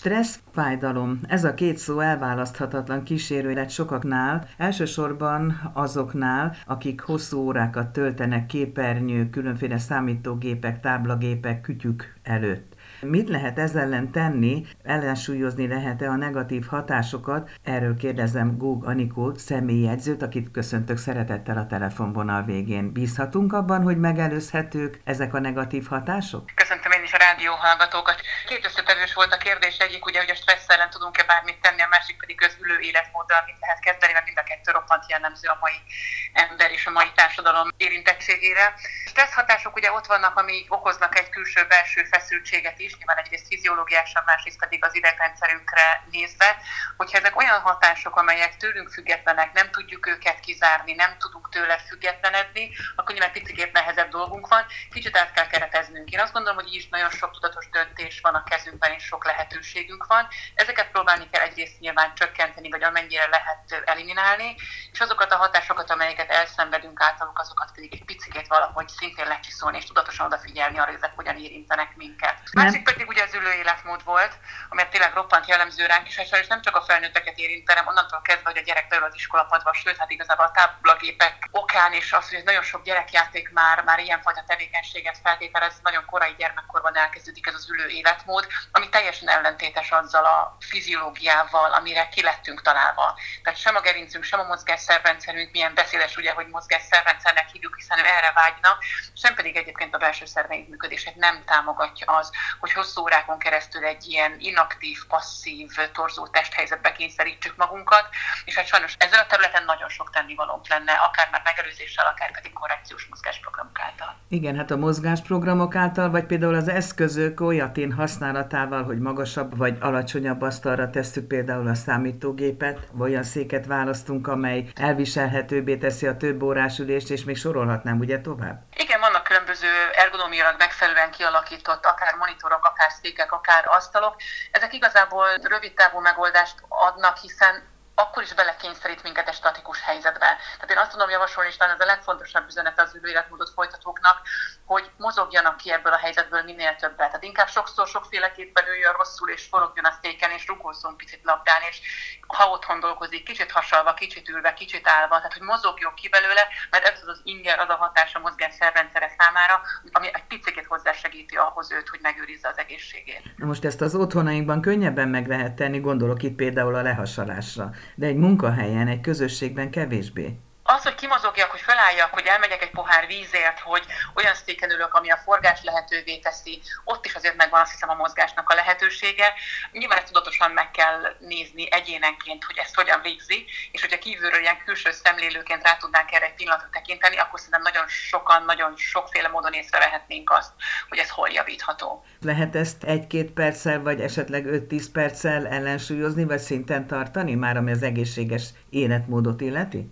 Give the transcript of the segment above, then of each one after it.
Stressz, fájdalom, ez a két szó elválaszthatatlan kísérőjelet sokaknál, elsősorban azoknál, akik hosszú órákat töltenek képernyők, különféle számítógépek, táblagépek, kütyük előtt. Mit lehet ezzel ellen tenni, ellensúlyozni lehet-e a negatív hatásokat? Erről kérdezem Góg Anikót, személyjegyzőt, akit köszöntök szeretettel a telefonvonal végén. Bízhatunk abban, hogy megelőzhetők ezek a negatív hatások? Köszöntöm én is a rádióhallgatókat. Két összetevős volt a kérdés, egyik ugye, hogy a stressz ellen tudunk-e bármit tenni, a másik pedig az ülő életmóddal mit lehet kezdeni, mert mind a kettő roppant jellemző a mai ember és a mai társadalom érintettségére. A stressz hatások ugye ott vannak, ami okoznak egy külső-belső feszültséget is, nyilván egyrészt fiziológiásan, másrészt pedig az idegrendszerünkre nézve, hogyha ezek olyan hatások, amelyek tőlünk függetlenek, nem tudjuk őket kizárni, nem tudunk tőle függetlenedni, akkor nyilván picikét nehezebb dolgunk van, kicsit át kell kereteznünk. Én azt gondolom, hogy így is nagyon sok tudatos döntés van a kezünkben, és sok lehetőségünk van. Ezeket próbálni kell egyrészt nyilván csökkenteni, vagy amennyire lehet eliminálni, és azokat a hatásokat, amelyeket elszenvedünk általuk, azokat pedig egy picikét valahogy szintén lecsiszolni, és tudatosan odafigyelni arra, hogy ezek hogyan érintenek minket. Másik pedig ugye az ülő életmód volt, amely tényleg roppant jellemző ránk, és sajnos nem csak a felnőtteket érintenem, onnantól kezdve, hogy a gyerek beül az iskolapadba, sőt, hát igazából a táblagépek okán, és az, hogy nagyon sok gyerekjáték már ilyenfajta tevékenységet feltételez, nagyon korai gyermekkorban elkezdődik ez az ülő életmód, ami teljesen ellentétes azzal a fiziológiával, amire ki lettünk találva. Tehát sem a gerincünk, sem a mozgásszervrendszerünk, milyen beszédes ugye, hogy mozgásszervrendszernek hívjuk, hiszen ő erre vágyna, sem pedig egyébként a belső szerveink működését nem támogatja az, hogy hosszú órákon keresztül egy ilyen inaktív, passzív, torzó testhelyzetbe kényszerítsük magunkat, és hát sajnos ezen a területen nagyon sok tennivalónk lenne, akár már megelőzéssel, akár pedig korrekciós mozgásprogramok által. Igen, hát a mozgásprogramok által, vagy például az eszközök olyatén használatával, hogy magasabb vagy alacsonyabb asztalra tesszük például a számítógépet, vagy olyan széket választunk, amely elviselhetőbbé teszi a több órás ülést, és még sorolhatnám ugye tovább? Igen, vannak különböző ergonómiailag megfelelően kialakított akár monitorok, akár székek, akár asztalok. Ezek igazából rövid távú megoldást adnak, hiszen akkor is belekényszerít minket egy statikus helyzetbe. Tehát én azt tudom javasolni, és talán ez a legfontosabb üzenet az ülő életmódot folytatóknak, hogy mozogjanak ki ebből a helyzetből minél többet. Tehát inkább sokszor sokféleképpen üljön rosszul, és forogjon a széken, és rugózzon picit labdán, és ha otthon dolgozik, kicsit hasalva, kicsit ülve, kicsit állva, tehát hogy mozogjon ki belőle, mert ez az inger, az a hatás a mozgásszervrendszere számára, ami egy picit hozzásegíti ahhoz őt, hogy megőrizze az egészségét. Na most ezt az otthonainkban könnyebben meg lehet tenni, gondolok itt például a lehasalásra, de egy munkahelyen, egy közösségben kevésbé. Az, hogy kimozogjak, hogy felálljak, hogy elmegyek egy pohár vízért, hogy olyan széken ülök, ami a forgás lehetővé teszi, ott is azért megvan azt hiszem a mozgásnak a lehetősége. Nyilván ezt tudatosan meg kell nézni egyénenként, hogy ezt hogyan végzi, és hogyha kívülről ilyen külső szemlélőként rá tudnánk erre egy pillanatra tekinteni, akkor szerintem nagyon sokan, nagyon sokféle módon észrevehetnénk azt, hogy ez hol javítható. Lehet ezt 1-2 perccel, vagy esetleg 5-10 perccel ellensúlyozni, vagy szinten tartani, már ami az egészséges életmódot illeti?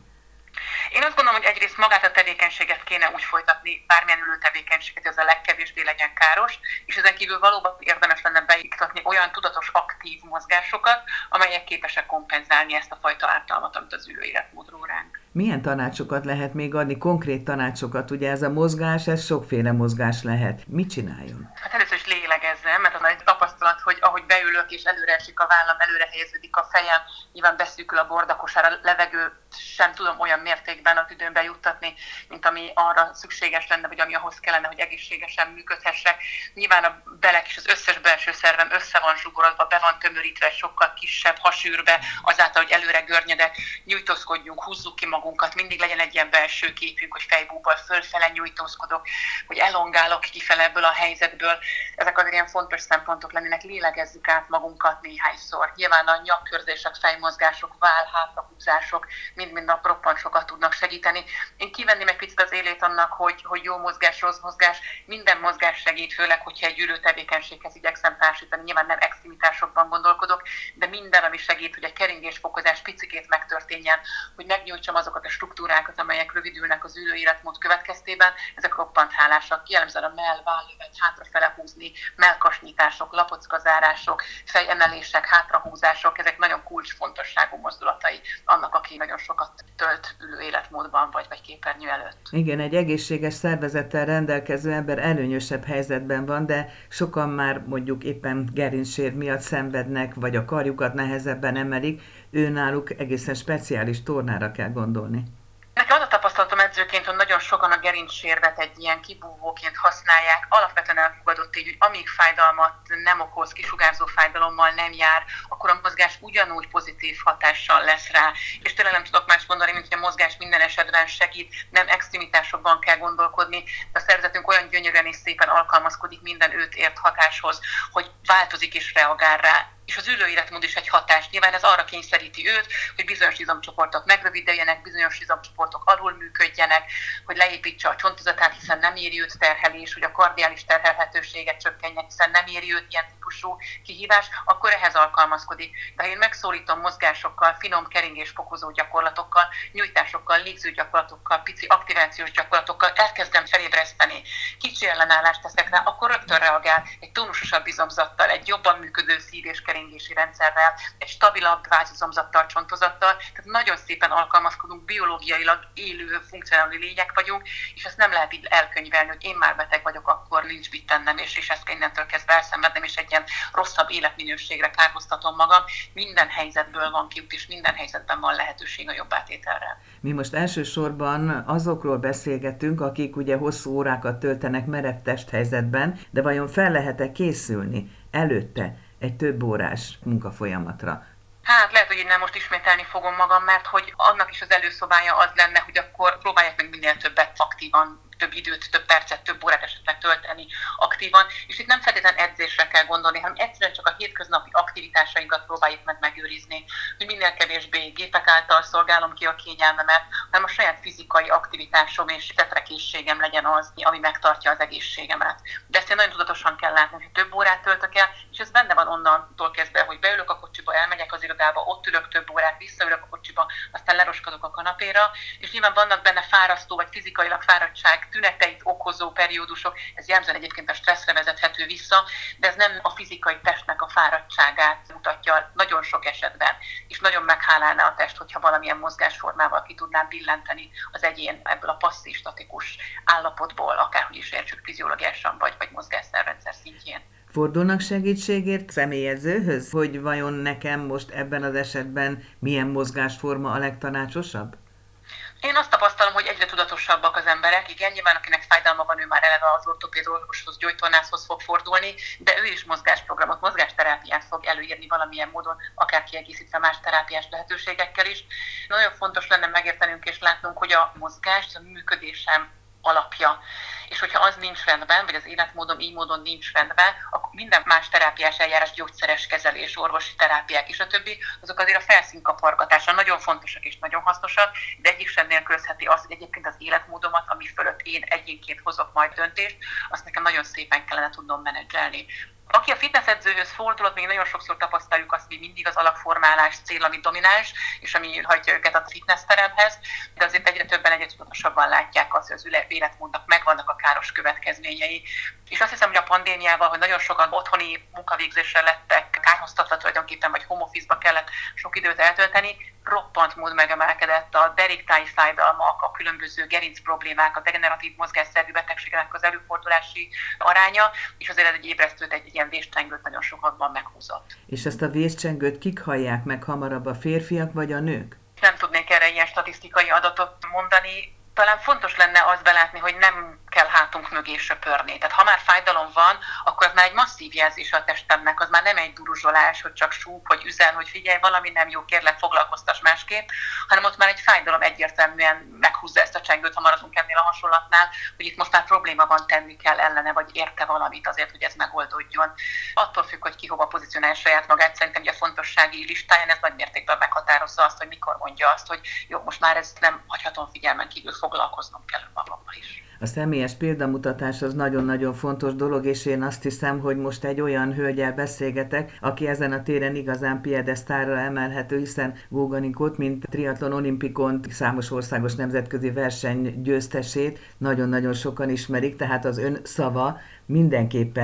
Én azt gondolom, hogy egyrészt magát a tevékenységet kéne úgy folytatni, bármilyen ülő tevékenységet, ez a legkevésbé legyen káros, és ezen kívül valóban érdemes lenne beiktatni olyan tudatos, aktív mozgásokat, amelyek képesek kompenzálni ezt a fajta ártalmat, amit az ülő életmód ró ránk. Milyen tanácsokat lehet még adni, konkrét tanácsokat? Ugye ez a mozgás, ez sokféle mozgás lehet. Mit csináljon? Hát először is lélegezzem, mert az egy tapasztalat, hogy ahogy beülök és előre esik a vállam, előre helyeződik a fejem, nyilván beszűkül a bordakosár, a levegő sem tudom olyan mértékben a tüdőmbe juttatni, mint ami arra szükséges lenne, vagy ami ahhoz kellene, hogy egészségesen működhessek. Nyilván a belek és az összes belső szervem össze van zsugorodva, be van tömörítve sokkal kisebb hasűrbe, azáltal, hogy előre görnyedek, nyújtózkodjunk, húzzuk ki magunkat, mindig legyen egy ilyen belső képünk, hogy fejbúbbal fölfele nyújtózkodok, hogy elongálok kifele ebből a helyzetből. Ezek azért ilyen fontos szempontok lennének, lélegezzük át magunkat néhányszor. Nyilván a nyakkörzések, fejmozgások, váll-hátrahúzások mind-mind nap roppant sokat tudnak segíteni. Én kivenném egy picit az élét annak, hogy jó mozgás, rossz mozgás, minden mozgás segít, főleg, hogyha egy ülő tevékenységhez igyekszem társítani. Nyilván nem extremitásokban gondolkodok, de minden, ami segít, hogy egy keringésfokozás picikét megtörténjen, hogy megnyújtsam azokat a struktúrákat, amelyek rövidülnek az ülő életmód következtében, ezek roppant hálásak. Jellemzően a mell, vállövet hátrafele húzni, melkasnyitások, lapockazárások, fejemelések, hátrahúzások, ezek nagyon kulcsfontosságú mozdulatai annak, aki nagyon sokat tölt ülő életmódban vagy képernyő előtt. Igen, egy egészséges szervezettel rendelkező ember előnyösebb helyzetben van, de sokan már mondjuk éppen gerincsér miatt szenvednek, vagy a karjukat nehezebben emelik, őnáluk egészen speciális tornára kell gondolni. Nekem az a tapasztalatom edzőként, hogy nagyon sokan a gerincsérvet egy ilyen kibúvóként használják. Alapvetően elfogadott tény, hogy amíg fájdalmat nem okoz, kisugárzó fájdalommal nem jár, akkor a mozgás ugyanúgy pozitív hatással lesz rá. És tényleg nem tudok más mondani, mint hogy a mozgás minden esetben segít, nem extremitásokban kell gondolkodni. De a szervezetünk olyan gyönyörűen és szépen alkalmazkodik minden őt ért hatáshoz, hogy változik és reagál rá. És az ülő életmód is egy hatás. Nyilván ez arra kényszeríti őt, hogy bizonyos izomcsoportok megrövideljenek, bizonyos izomcsoportok alulműködjenek, hogy leépítse a csontozatát, hiszen nem éri őt terhelés, hogy a kardiális terhelhetőséget csökkenjen, hiszen nem éri őt ilyen típusú kihívás, akkor ehhez alkalmazkodik. De ha én megszólítom mozgásokkal, finom keringésfokozó gyakorlatokkal, nyújtásokkal, légző gyakorlatokkal, pici aktivációs gyakorlatokkal elkezdem felébreszteni, kicsi ellenállást teszek rá, akkor rögtön reagál egy tónusosabb izomzattal, egy jobban működő szív- és keringési rendszerrel, egy stabilabb vázizomzattal, csontozattal, tehát nagyon szépen alkalmazkodunk, biológiailag élő, funkcionáló lények vagyunk, és ezt nem lehet így elkönyvelni, hogy én már beteg vagyok, akkor nincs mit tennem, és ezt innentől kezdve elszenvednem, és egy ilyen rosszabb életminőségre kárhoztatom magam. Minden helyzetből van kiút, és minden helyzetben van lehetőség a jobb átételre. Mi most elsősorban azokról beszélgetünk, akik ugye hosszú órákat töltenek merev testhelyzetben, de vajon fel lehet-e készülni előtte egy több órás munkafolyamatra? Hát lehet, hogy én nem most ismételni fogom magam, mert hogy annak is az előszobája az lenne, hogy akkor próbálják meg minél többet aktívan, több időt, több percet, több órát esetleg tölteni aktívan, és itt nem feltétlenül edzésre kell gondolni, hanem egyszerűen csak a hétköznapi aktivitásainkat próbáljuk meg megőrizni, hogy minél kevésbé gépek által szolgálom ki a kényelmemet, hanem a saját fizikai aktivitásom és tetrekészségem legyen az, ami megtartja az egészségemet. De ezt én nagyon tudatosan kell látni, hogy több órát töltök el, és ez benne van onnantól kezdve, hogy beülök a kocsiba, elmegyek az irodába, ott ülök több órát, visszaülök a kocsiba, aztán leroskadok a kanapéra, és nyilván vannak benne fárasztó vagy fizikailag fáradtság tüneteit okozó periódusok, ez jellemzően egyébként a stresszre vezethető vissza, de ez nem a fizikai testnek a fáradtságát mutatja nagyon sok esetben, és nagyon meghálálná a test, hogyha valamilyen mozgásformával ki tudná billenteni az egyén ebből a passzív statikus állapotból, akárhogy is értsük fiziológiásan vagy mozgásszerrendszer szintjén. Fordulnak segítségért személyezőhöz, hogy vajon nekem most ebben az esetben milyen mozgásforma a legtanácsosabb? Én azt tapasztalom, hogy egyre tudatosabbak az emberek. Igen, nyilván akinek fájdalma van, ő már eleve az ortopéd orvoshoz, gyógytornászhoz fog fordulni, de ő is mozgásprogramot, mozgásterápiát fog előírni valamilyen módon, akár kiegészítve más terápiás lehetőségekkel is. Nagyon fontos lenne megértenünk és látnunk, hogy a mozgás a működésem alapja. És hogyha az nincs rendben, vagy az életmódom így módon nincs rendben, akkor minden más terápiás eljárás, gyógyszeres kezelés, orvosi terápiák és a többi, azok azért a felszínkapargatásra nagyon fontosak és nagyon hasznosak, de egyik sem nélkülözheti azt, hogy egyébként az életmódomat, ami fölött én egyénként hozok majd döntést, azt nekem nagyon szépen kellene tudnom menedzselni. Aki a fitnessedzőhöz fordul, ott még nagyon sokszor tapasztaljuk azt, hogy mindig az alakformálás cél, ami domináns, és ami hajtja őket a fitnessteremhez, de azért egyre többen, egyre tudatosabban látják azt, hogy az életmódnak megvannak a káros következményei. És azt hiszem, hogy a pandémiával, hogy nagyon sokan otthoni munkavégzésre lettek kárhoztatva tulajdonképpen, vagy home office-ba kellett sok időt eltölteni, roppant mód megemelkedett a deréktáji fájdalmak, a különböző gerinc problémák, a degeneratív mozgásszervű betegségeknek az előfordulási aránya, és azért ez egy ébresztőt, egy ilyen véscsengőt nagyon sokakban meghúzott. És ezt a véscsengőt kik hallják meg hamarabb, a férfiak vagy a nők? Nem tudnék erre ilyen statisztikai adatot mondani. Talán fontos lenne azt belátni, hogy nem kell hátunk mögé söpörni. Tehát ha már fájdalom van, akkor az már egy masszív jelzés a testemnek, az már nem egy duruzsolás, hogy csak súg, hogy üzen, hogy figyelj, valami nem jó, kérlek, foglalkoztass másképp, hanem ott már egy fájdalom egyértelműen meghúzza ezt a csengőt, ha maradunk ennél a hasonlatnál, hogy itt most már probléma van, tenni kell ellene, vagy érte valamit azért, hogy ez megoldódjon. Attól függ, hogy ki hova pozícionálja saját magát, szerintem hogy a fontossági listáján ez nagy mértékben meghatározza azt, hogy mikor mondja azt, hogy jó, most már ezt nem hagyhatom figyelmen kívül, foglalkoznom kell magammal is. A személyes példamutatás az nagyon-nagyon fontos dolog, és én azt hiszem, hogy most egy olyan hölgyel beszélgetek, aki ezen a téren igazán piedesztálra emelhető, hiszen Góganikót, mint triatlon olimpikon számos országos nemzetközi verseny győztesét nagyon-nagyon sokan ismerik, tehát az ön szava mindenképpen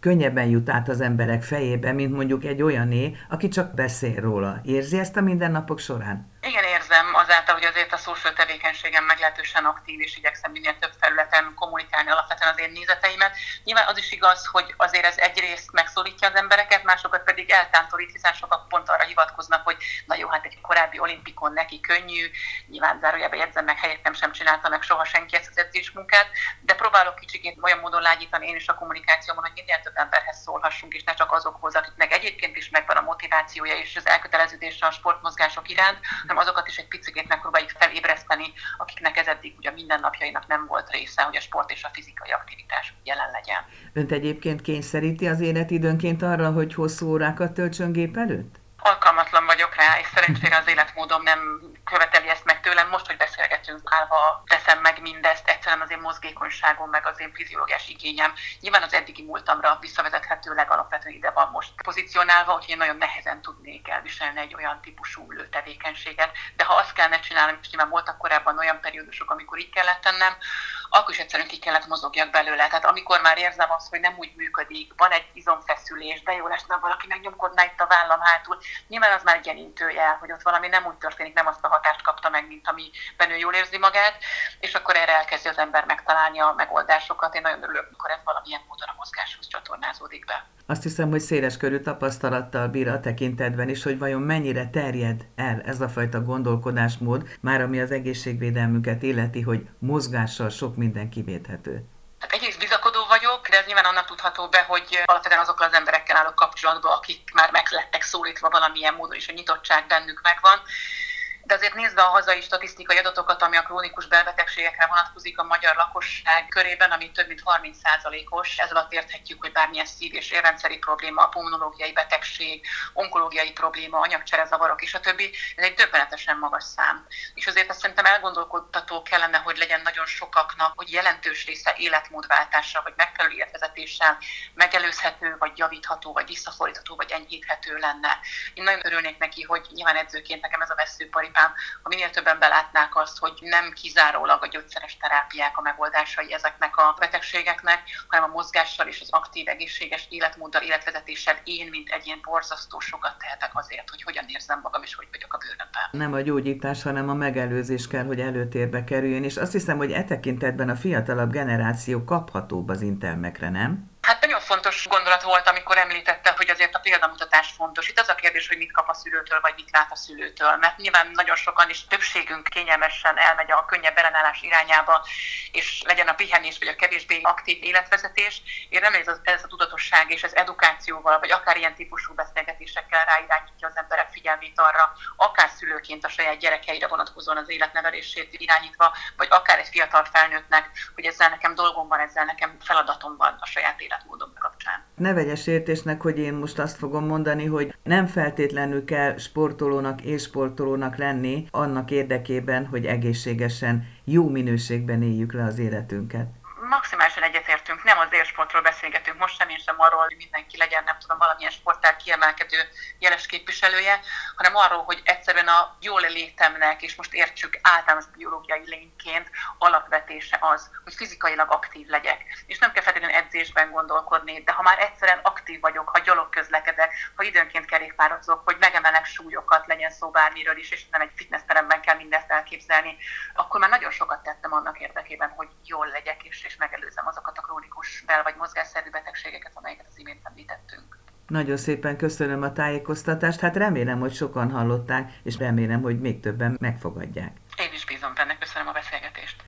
könnyebben jut át az emberek fejébe, mint mondjuk egy olyané, aki csak beszél róla. Érzi ezt a mindennapok során? Igen, érzem, azáltal, hogy azért a social tevékenységem meglehetősen aktív, és igyekszem minél több területen kommunikálni alapvetően az én nézeteimet. Nyilván az is igaz, hogy azért ez egyrészt megszólítja az embereket, másokat pedig eltántorít, hiszen sokan pont arra hivatkoznak, hogy na jó, hát egy korábbi olimpikon neki könnyű, nyilván zárójelben jegyzem meg, helyettem sem csinálta meg soha senki ezt az edzésmunkát, de próbálok kicsikét olyan módon lágyítani én is a kommunikációmon, hogy minél több emberhez szólhassunk, és ne csak azokhoz, akiknek egyébként is megvan a motivációja és az elköteleződése a sportmozgások iránt, azokat is egy picit megpróbáljuk felébreszteni, akiknek ez eddig ugye mindennapjainak nem volt része, hogy a sport és a fizikai aktivitás jelen legyen. Önt egyébként kényszeríti az élet időnként arra, hogy hosszú órákat töltsön gép előtt? Alkalmatlan vagyok rá, és szerencsére az életmódom nem követeli ezt meg tőlem. Most, hogy beszélgetünk, állva teszem meg mindezt, egyszerűen az én mozgékonyságom, meg az én fiziológiás igényem. Nyilván az eddigi múltamra visszavezethetőleg alapvetően ide van most pozícionálva, hogy én nagyon nehezen tudnék elviselni egy olyan típusú ülő tevékenységet. De ha azt kellene csinálnom, és nyilván voltak korábban olyan periódusok, amikor így kellett tennem, akkor is egyszerűen ki kellett mozogjak belőle. Tehát amikor már érzem azt, hogy nem úgy működik, van egy izomfeszülés, de jó lesne, valaki megnyomkodná itt a vállam hátul, nyilván az már egy gyenintőjel, hogy ott valami nem úgy történik, nem azt a hatást kapta meg, mint amiben ő jól érzi magát, és akkor erre elkezdi az ember megtalálni a megoldásokat. Én nagyon örülök, amikor ez valamilyen módon a mozgáshoz csatornázódik be. Azt hiszem, hogy széleskörű tapasztalattal bír a tekintetben is, hogy vajon mennyire terjed el ez a fajta gondolkodásmód, már ami az egészségvédelmünket illeti, hogy mozgással sok minden kivéthető. Egyrészt bizakodó vagyok, de ez nyilván annak tudható be, hogy alapvetően azokkal az emberekkel állok kapcsolatban, akik már meg lettek szólítva valamilyen módon, és a nyitottság bennük megvan. De azért nézve a hazai statisztikai adatokat, ami a krónikus belbetegségekre vonatkozik a magyar lakosság körében, ami több mint 30%-os, ez alatt érthetjük, hogy bármilyen szív- és érrendszeri probléma, pulmonológiai betegség, onkológiai probléma, anyagcserezavarok és a többi, ez egy döbbenetesen magas szám. És azért azt szerintem elgondolkodtató kellene, hogy legyen nagyon sokaknak, hogy jelentős része életmódváltással, vagy megfelelő életvezetéssel megelőzhető, vagy javítható, vagy visszafordítható, vagy enyhíthető lenne. Én nagyon örülnék neki, hogy nyilván edzőként nekem ez a veszőparipám, ha minél többen belátnák azt, hogy nem kizárólag a gyógyszeres terápiák a megoldásai ezeknek a betegségeknek, hanem a mozgással és az aktív, egészséges életmóddal, életvezetéssel én, mint egyén borzasztó sokat tehetek azért, hogy hogyan érzem magam és hogy vagyok a bőrömben. Nem a gyógyítás, hanem a megelőzés kell, hogy előtérbe kerüljön, és azt hiszem, hogy e tekintetben a fiatalabb generáció kaphatóbb az intelmekre, nem? Hát nagyon fontos gondolat volt, amikor említette, hogy azért a példamutatás fontos. Itt az a kérdés, hogy mit kap a szülőtől, vagy mit lát a szülőtől. Mert nyilván nagyon sokan is, többségünk kényelmesen elmegy a könnyebb ellenállás irányába, és legyen a pihenés, vagy a kevésbé aktív életvezetés. Én remélem, hogy ez a tudatosság és az edukációval, vagy akár ilyen típusú beszélgetésekkel ráirányítja az emberek figyelmét arra, akár szülőként a saját gyerekeire vonatkozóan az életnevelését irányítva, vagy akár egy fiatal felnőttnek, hogy ezzel nekem dolgom van, ezzel nekem feladatom van a saját életmódom kapcsán. Ne vegye sértésnek, hogy én most azt fogom mondani, hogy nem feltétlenül kell sportolónak és sportolónak lenni annak érdekében, hogy egészségesen, jó minőségben éljük le az életünket. Maximálisan egyetértünk, nem az élsportról beszélgetünk most sem, én sem arról, hogy mindenki legyen, nem tudom, valamilyen sportág kiemelkedő jeles képviselője, hanem arról, hogy egyszerűen a jól létemnek, és most értsük általános biológiai lényként, alapvetése az, hogy fizikailag aktív legyek. És nem kell feltétlenül edzésben gondolkodni, de ha már egyszerűen aktív vagyok, ha gyalogközlekedek, ha időnként kerékpározok, hogy megemelek súlyokat, legyen szó bármiről is, és nem egy fitnessteremben kell mindezt elképzelni, akkor már nagyon sokat tettem annak érdekében, hogy jól legyek, és megelőzem azokat a krónikus bel- vagy mozgásszervi betegségeket, amelyeket az imént említettünk. Nagyon szépen köszönöm a tájékoztatást, hát remélem, hogy sokan hallották, és remélem, hogy még többen megfogadják.